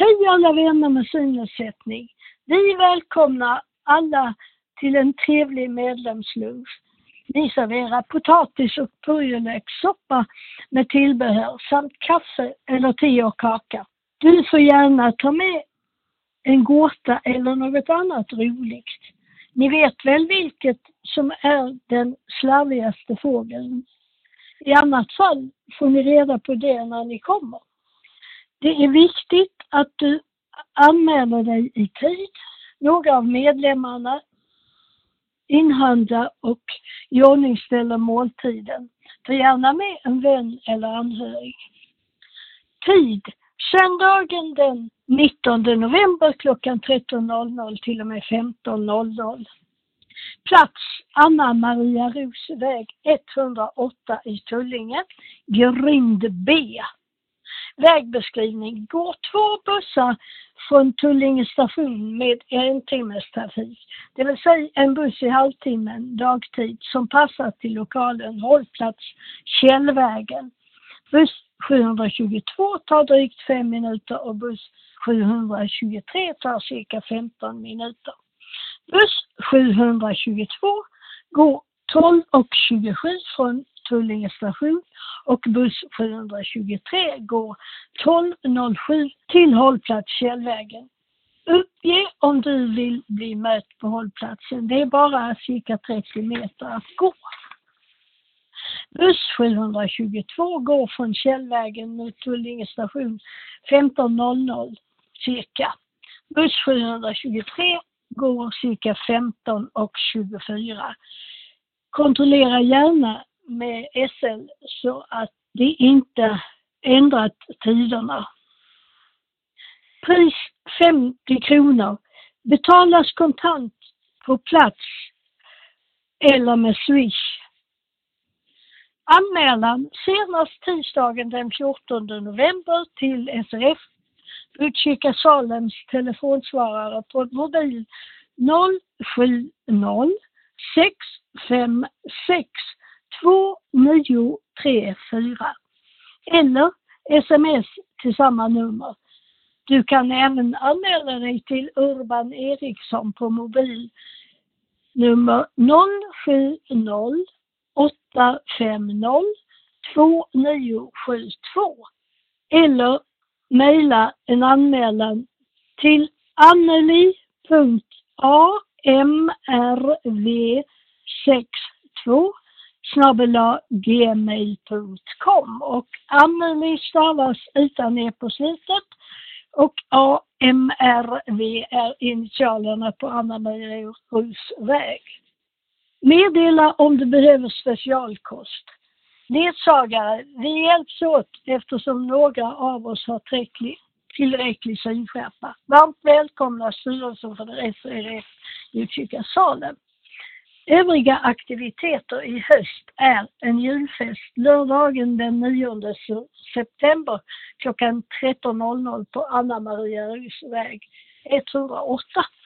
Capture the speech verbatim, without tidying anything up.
Hej alla vänner med synnedsättning. Vi välkomnar alla till en trevlig medlemslunch. Vi serverar potatis och purjolökssoppa med tillbehör samt kaffe eller te och kaka. Du får gärna ta med en gåta eller något annat roligt. Ni vet väl vilket som är den slarvigaste fågeln? I annat fall får ni reda på det när ni kommer. Det är viktigt att du anmäler dig i tid. Några av medlemmarna inhandlar och iordningställer måltiden. Ta gärna med en vän eller anhörig. Tid. Söndagen den nittonde november klockan tretton noll noll till och med femton noll noll. Plats Anna Maria Ros väg etthundraåtta i Tullinge, grind B. Vägbeskrivning. Går två bussar från Tullinge station med en timmes trafik. Det vill säga en buss i halvtimmen dagtid som passar till lokalen hållplats Källvägen. Buss sjuhundratjugotvå tar drygt fem minuter och buss sjuhundratjugotre tar cirka femton minuter. Buss sjuhundratjugotvå går tolv och tjugosju från Tullinge station och buss sjuhundratjugotre går tolv noll sju till hållplats Källvägen. Uppge om du vill bli mött på hållplatsen. Det är bara cirka trettio meter att gå. Buss sjuhundratjugotvå går från Källvägen mot Tullinge station femton noll noll cirka. Buss sjuhundratjugotre går cirka femton och tjugofyra. Kontrollera gärna med S L så att det inte ändrat tiderna. Pris femtio kronor. Betalas kontant på plats eller med Swish. Anmälan senast tisdagen den fjortonde november till S R F Botkyrka Salems telefonsvarare på mobil noll sju noll sex fem sex två nio tre fyra eller sms till samma nummer. Du kan även anmäla dig till Urban Eriksson på mobil nummer noll sju noll åtta fem noll två nio sju två eller mejla en anmälan till anneli punkt amrv sextiotvå snabel-a gmail punkt com och Anneli stavas utan e på slutet och A M R V är initialerna på Anna Maria Ros väg. Meddela om du behöver specialkost. Ledsagare, vi hjälps åt eftersom några av oss har tillräcklig, tillräcklig synskärpa. Varmt välkomna styrelsen för det S R F Botkyrka Salem. Övriga aktiviteter i höst är en julfest lördagen den nionde september klockan tretton noll noll på Anna Maria Ros väg etthundraåtta.